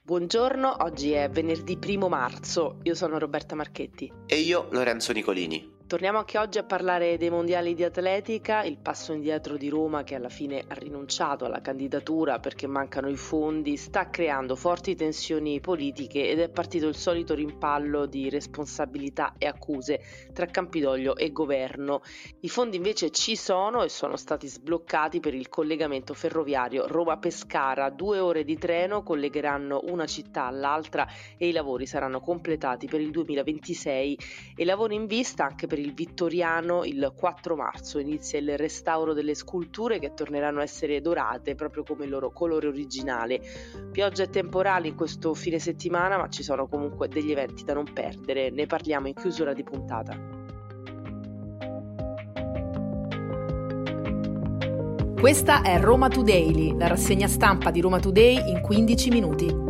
Buongiorno, oggi è venerdì 1 marzo, io sono Roberta Marchetti. E io, Lorenzo Nicolini. Torniamo anche oggi a parlare dei mondiali di atletica, il passo indietro di Roma che alla fine ha rinunciato alla candidatura perché mancano i fondi, sta creando forti tensioni politiche ed è partito il solito rimpallo di responsabilità e accuse tra Campidoglio e governo. I fondi invece ci sono e sono stati sbloccati per il collegamento ferroviario Roma-Pescara, 2 ore di treno collegheranno una città all'altra e i lavori saranno completati per il 2026 e lavori in vista anche per il Vittoriano. Il 4 marzo inizia il restauro delle sculture che torneranno a essere dorate proprio come il loro colore originale. Pioggia e temporali in questo fine settimana, ma ci sono comunque degli eventi da non perdere, ne parliamo in chiusura di puntata. Questa è Roma Today, la rassegna stampa di Roma Today in 15 minuti.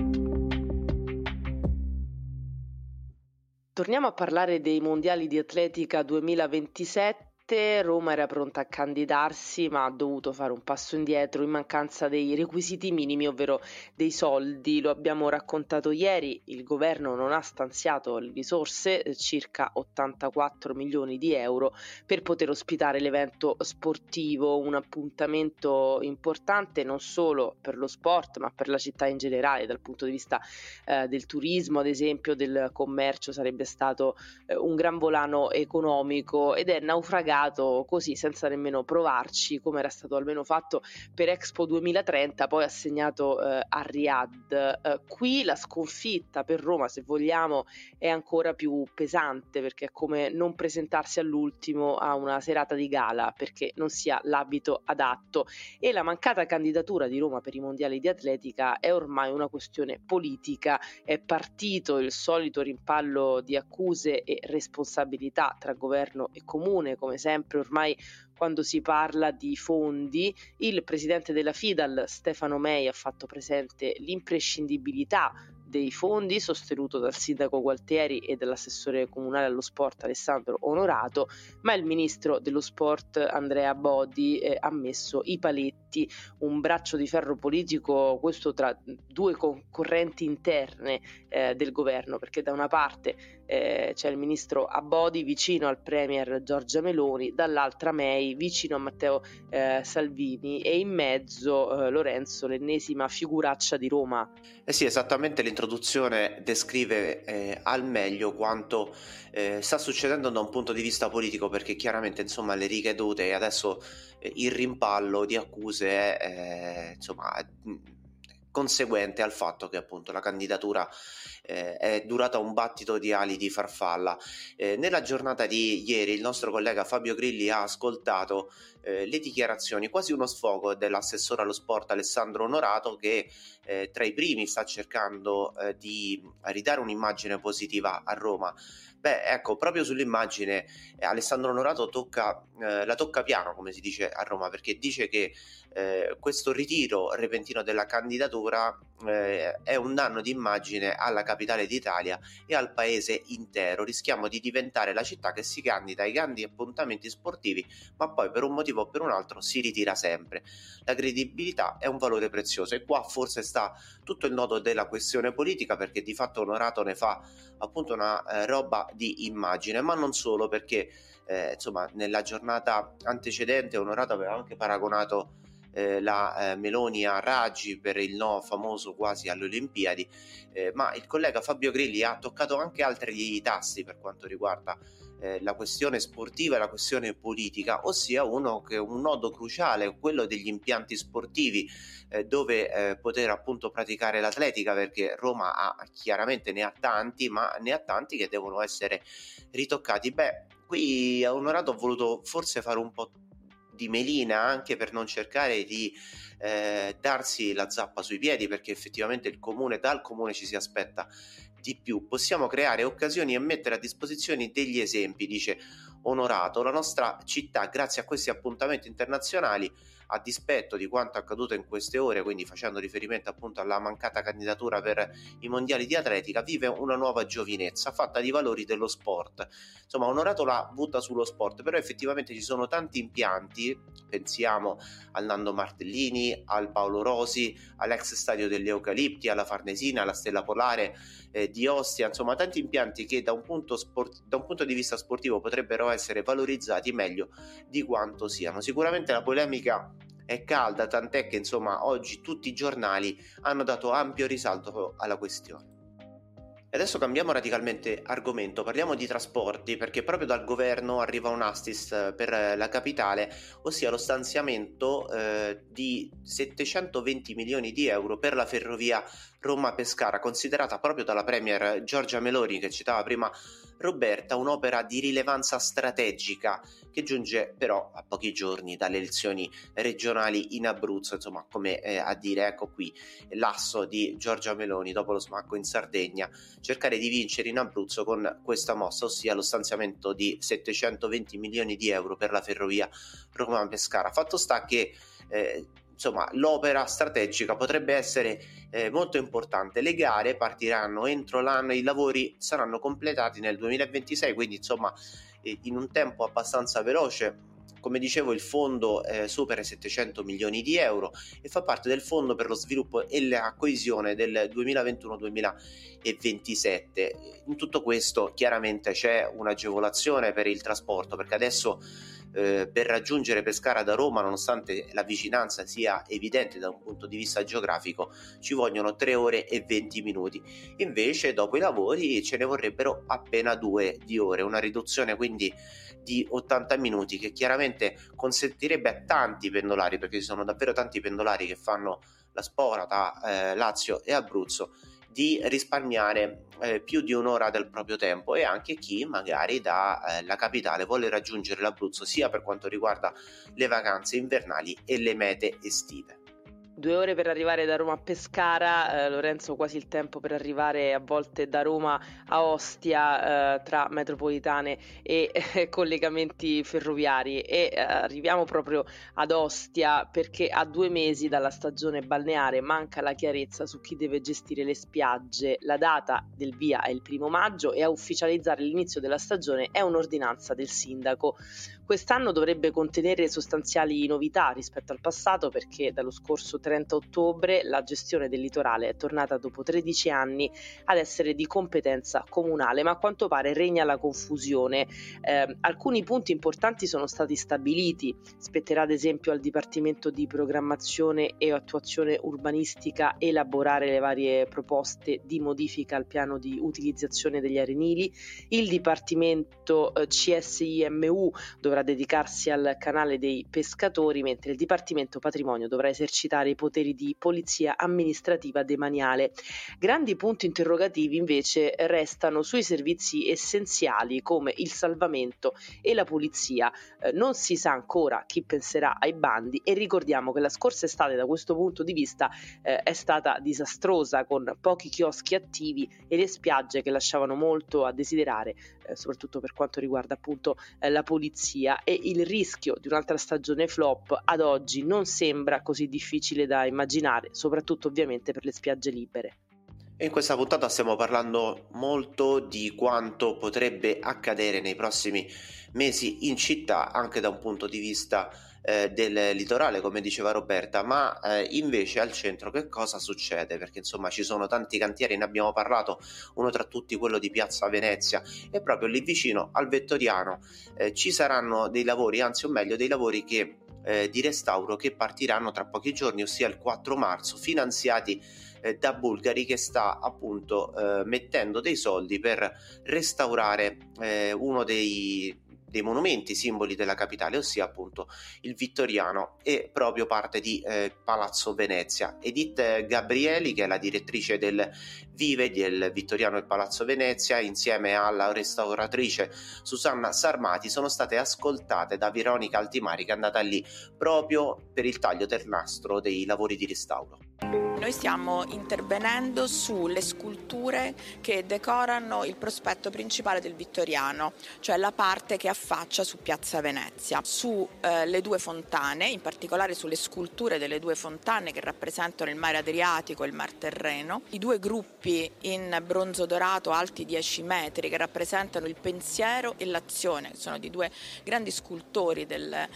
Torniamo a parlare dei mondiali di atletica 2027. Roma era pronta a candidarsi ma ha dovuto fare un passo indietro in mancanza dei requisiti minimi, ovvero dei soldi. Lo abbiamo raccontato ieri, il governo non ha stanziato le risorse, circa 84 milioni di euro, per poter ospitare l'evento sportivo, un appuntamento importante non solo per lo sport ma per la città in generale, dal punto di vista del turismo, ad esempio, del commercio. Sarebbe stato un gran volano economico ed è naufragato così senza nemmeno provarci, come era stato almeno fatto per Expo 2030, poi assegnato a Riyadh. Qui la sconfitta per Roma, se vogliamo, è ancora più pesante, perché è come non presentarsi all'ultimo a una serata di gala perché non si ha l'abito adatto, e la mancata candidatura di Roma per i mondiali di atletica è ormai una questione politica. È partito il solito rimpallo di accuse e responsabilità tra governo e comune, come sempre ormai quando si parla di fondi. Il presidente della FIDAL, Stefano Mei, ha fatto presente l'imprescindibilità dei fondi, sostenuto dal sindaco Gualtieri e dall'assessore comunale allo sport Alessandro Onorato, ma il ministro dello sport Andrea Bodi ha messo i paletti, un braccio di ferro politico questo tra due concorrenti interne del governo, perché da una parte c'è il ministro Abodi vicino al premier Giorgia Meloni, dall'altra Mei vicino a Matteo Salvini, e in mezzo Lorenzo, l'ennesima figuraccia di Roma. Sì, esattamente, l'introduzione descrive al meglio quanto sta succedendo da un punto di vista politico, perché chiaramente insomma le ricadute e adesso il rimpallo di accuse è conseguente al fatto che appunto la candidatura è durata un battito di ali di farfalla. Nella giornata di ieri il nostro collega Fabio Grilli ha ascoltato le dichiarazioni, quasi uno sfogo, dell'assessore allo sport Alessandro Onorato, che tra i primi sta cercando di ridare un'immagine positiva a Roma. Ecco, proprio sull'immagine Alessandro Onorato la tocca piano, come si dice a Roma, perché dice che questo ritiro repentino della candidatura è un danno di immagine alla capitale d'Italia e al paese intero. Rischiamo di diventare la città che si candida ai grandi appuntamenti sportivi, ma poi per un motivo o per un altro si ritira sempre. La credibilità è un valore prezioso e qua forse sta tutto il nodo della questione politica, perché di fatto Onorato ne fa appunto una roba di immagine, ma non solo, perché nella giornata antecedente Onorato aveva anche paragonato la Meloni a Raggi per il no famoso quasi alle Olimpiadi, ma il collega Fabio Grilli ha toccato anche altri tasti per quanto riguarda la questione sportiva e la questione politica, ossia un nodo cruciale, quello degli impianti sportivi dove poter appunto praticare l'atletica, perché Roma chiaramente ne ha tanti, ma ne ha tanti che devono essere ritoccati. Qui Onorato ha voluto forse fare un po' di melina, anche per non cercare di darsi la zappa sui piedi, perché effettivamente dal comune ci si aspetta di più. Possiamo creare occasioni e mettere a disposizione degli esempi, dice Onorato. La nostra città, grazie a questi appuntamenti internazionali, a dispetto di quanto accaduto in queste ore, quindi facendo riferimento appunto alla mancata candidatura per i mondiali di atletica, vive una nuova giovinezza fatta di valori dello sport. Insomma, Onorato la butta sullo sport, però effettivamente ci sono tanti impianti, pensiamo al Nando Martellini, al Paolo Rosi, all'ex stadio degli Eucalipti, alla Farnesina, alla Stella Polare di Ostia, insomma tanti impianti che da un punto di vista sportivo potrebbero essere valorizzati meglio di quanto siano. Sicuramente la polemica è calda, tant'è che insomma oggi tutti i giornali hanno dato ampio risalto alla questione. Adesso cambiamo radicalmente argomento, parliamo di trasporti, perché proprio dal governo arriva un assist per la capitale, ossia lo stanziamento di 720 milioni di euro per la ferrovia Roma-Pescara, considerata proprio dalla premier Giorgia Meloni, che citava prima Roberta, un'opera di rilevanza strategica che giunge però a pochi giorni dalle elezioni regionali in Abruzzo, insomma come a dire ecco qui l'asso di Giorgia Meloni dopo lo smacco in Sardegna, cercare di vincere in Abruzzo con questa mossa, ossia lo stanziamento di 720 milioni di euro per la ferrovia Roma-Pescara. Fatto sta che insomma l'opera strategica potrebbe essere molto importante. Le gare partiranno entro l'anno e i lavori saranno completati nel 2026, quindi insomma in un tempo abbastanza veloce. Come dicevo, il fondo supera i 700 milioni di euro e fa parte del Fondo per lo sviluppo e la coesione del 2021-2027. In tutto questo chiaramente c'è un'agevolazione per il trasporto, perché adesso per raggiungere Pescara da Roma, nonostante la vicinanza sia evidente da un punto di vista geografico, ci vogliono 3 ore e 20 minuti. Invece dopo i lavori ce ne vorrebbero appena 2 di ore, una riduzione quindi di 80 minuti che chiaramente consentirebbe a tanti pendolari, perché ci sono davvero tanti pendolari che fanno la spora da Lazio e Abruzzo, di risparmiare più di un'ora del proprio tempo, e anche chi magari dalla capitale vuole raggiungere l'Abruzzo sia per quanto riguarda le vacanze invernali e le mete estive. 2 ore per arrivare da Roma a Pescara, Lorenzo, quasi il tempo per arrivare a volte da Roma a Ostia tra metropolitane e collegamenti ferroviari, e arriviamo proprio ad Ostia perché a 2 mesi dalla stagione balneare manca la chiarezza su chi deve gestire le spiagge. La data del via è il 1° maggio e a ufficializzare l'inizio della stagione è un'ordinanza del sindaco. Quest'anno dovrebbe contenere sostanziali novità rispetto al passato, perché dallo scorso 30 ottobre la gestione del litorale è tornata dopo 13 anni ad essere di competenza comunale, ma a quanto pare regna la confusione. Alcuni punti importanti sono stati stabiliti, spetterà ad esempio al Dipartimento di Programmazione e Attuazione Urbanistica elaborare le varie proposte di modifica al piano di utilizzazione degli arenili, il Dipartimento CSIMU dovrà dedicarsi al canale dei pescatori, mentre il Dipartimento Patrimonio dovrà esercitare i poteri di polizia amministrativa demaniale. Grandi punti interrogativi invece restano sui servizi essenziali come il salvamento e la pulizia. Non si sa ancora chi penserà ai bandi, e ricordiamo che la scorsa estate da questo punto di vista è stata disastrosa, con pochi chioschi attivi e le spiagge che lasciavano molto a desiderare, soprattutto per quanto riguarda appunto la pulizia, e il rischio di un'altra stagione flop ad oggi non sembra così difficile da immaginare, soprattutto ovviamente per le spiagge libere. E in questa puntata stiamo parlando molto di quanto potrebbe accadere nei prossimi mesi in città, anche da un punto di vista del litorale, come diceva Roberta, ma invece al centro che cosa succede? Perché insomma ci sono tanti cantieri, ne abbiamo parlato, uno tra tutti quello di Piazza Venezia, e proprio lì vicino al Vettoriano ci saranno dei lavori, anzi o meglio dei lavori che di restauro che partiranno tra pochi giorni, ossia il 4 marzo, finanziati da Bulgari, che sta appunto mettendo dei soldi per restaurare uno dei monumenti simboli della capitale, ossia appunto il Vittoriano e proprio parte di Palazzo Venezia. Edith Gabrieli, che è la direttrice del Vive del Vittoriano e Palazzo Venezia, insieme alla restauratrice Susanna Sarmati, sono state ascoltate da Veronica Altimari, che è andata lì proprio per il taglio del nastro dei lavori di restauro. Noi stiamo intervenendo sulle sculture che decorano il prospetto principale del Vittoriano, cioè la parte che affaccia su Piazza Venezia, su le due fontane, in particolare sulle sculture delle due fontane che rappresentano il mare Adriatico e il mar Terreno, i due gruppi in bronzo dorato alti 10 metri che rappresentano il pensiero e l'azione, che sono di due grandi scultori del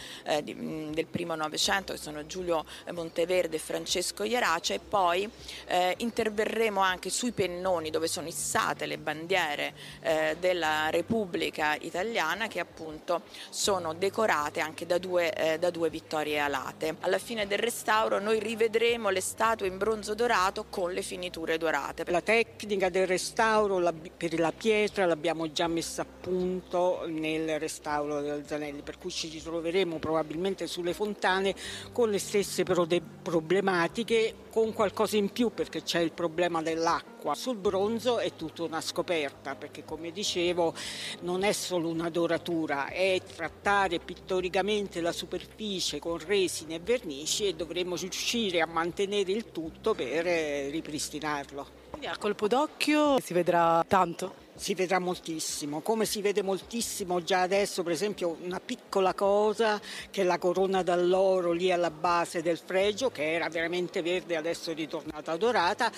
primo Novecento, che sono Giulio Monteverde e Francesco Ierace, e poi interverremo anche sui pennoni dove sono issate le bandiere della Repubblica Italiana, che appunto sono decorate anche da due vittorie alate. Alla fine del restauro noi rivedremo le statue in bronzo dorato con le finiture dorate. La tecnica del restauro per la pietra l'abbiamo già messa a punto nel restauro del Zanelli, per cui ci ritroveremo probabilmente sulle fontane con le stesse problematiche, con qualcosa in più, perché c'è il problema dell'acqua. Sul bronzo è tutta una scoperta, perché come dicevo non è solo una doratura, è trattare pittoricamente la superficie con resine e vernici, e dovremo riuscire a mantenere il tutto per ripristinarlo. Quindi a colpo d'occhio si vedrà tanto? Si vedrà moltissimo, come si vede moltissimo già adesso, per esempio una piccola cosa che è la corona d'alloro lì alla base del fregio, che era veramente verde, adesso è ritornata dorata.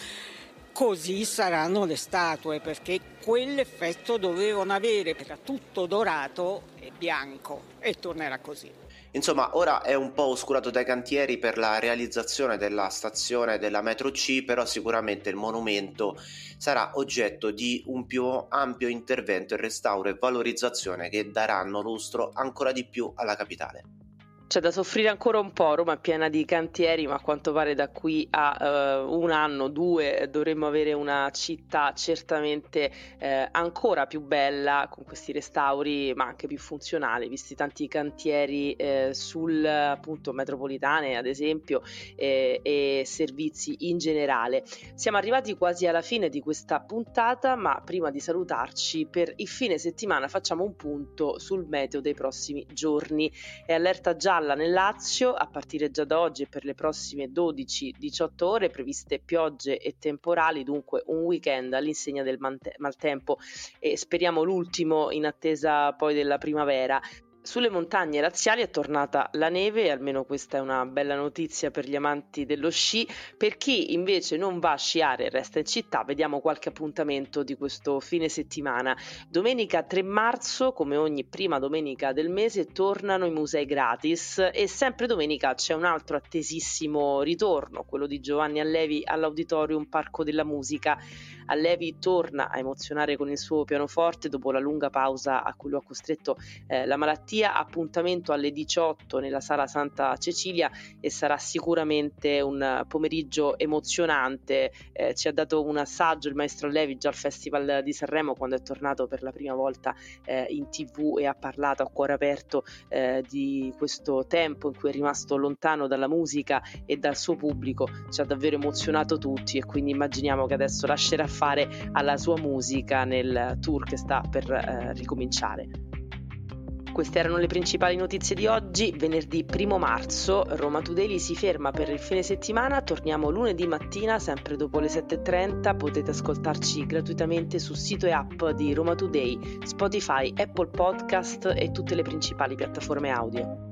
Così saranno le statue, perché quell'effetto dovevano avere, era tutto dorato e bianco, e tornerà così. Insomma, ora è un po' oscurato dai cantieri per la realizzazione della stazione della metro C, però sicuramente il monumento sarà oggetto di un più ampio intervento in restauro e valorizzazione che daranno lustro ancora di più alla capitale. C'è da soffrire ancora un po', Roma è piena di cantieri, ma a quanto pare da qui a un anno, 2, dovremmo avere una città certamente ancora più bella, con questi restauri, ma anche più funzionale, visti tanti cantieri sul appunto metropolitane, ad esempio, e servizi in generale. Siamo arrivati quasi alla fine di questa puntata, ma prima di salutarci, per il fine settimana facciamo un punto sul meteo dei prossimi giorni. È allerta gialla nel Lazio a partire già da oggi e per le prossime 12-18 ore, previste piogge e temporali, dunque un weekend all'insegna del maltempo, e speriamo l'ultimo in attesa poi della primavera. Sulle montagne laziali è tornata la neve, e almeno questa è una bella notizia per gli amanti dello sci. Per chi invece non va a sciare e resta in città, vediamo qualche appuntamento di questo fine settimana. Domenica 3 marzo, come ogni prima domenica del mese, tornano i musei gratis, e sempre domenica c'è un altro attesissimo ritorno, quello di Giovanni Allevi all'Auditorium Parco della Musica. Allevi torna a emozionare con il suo pianoforte dopo la lunga pausa a cui lo ha costretto la malattia. Appuntamento alle 18 nella Sala Santa Cecilia, e sarà sicuramente un pomeriggio emozionante. Ci ha dato un assaggio il maestro Allevi già al Festival di Sanremo, quando è tornato per la prima volta in TV, e ha parlato a cuore aperto di questo tempo in cui è rimasto lontano dalla musica e dal suo pubblico. Ci ha davvero emozionato tutti, e quindi immaginiamo che adesso lascerà fare alla sua musica nel tour che sta per ricominciare. Queste erano le principali notizie di oggi, venerdì 1 marzo. Roma Today si ferma per il fine settimana, torniamo lunedì mattina sempre dopo le 7:30, potete ascoltarci gratuitamente sul sito e app di Roma Today, Spotify, Apple Podcast e tutte le principali piattaforme audio.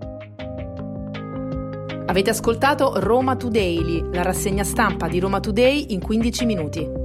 Avete ascoltato Roma Today, la rassegna stampa di Roma Today in 15 minuti.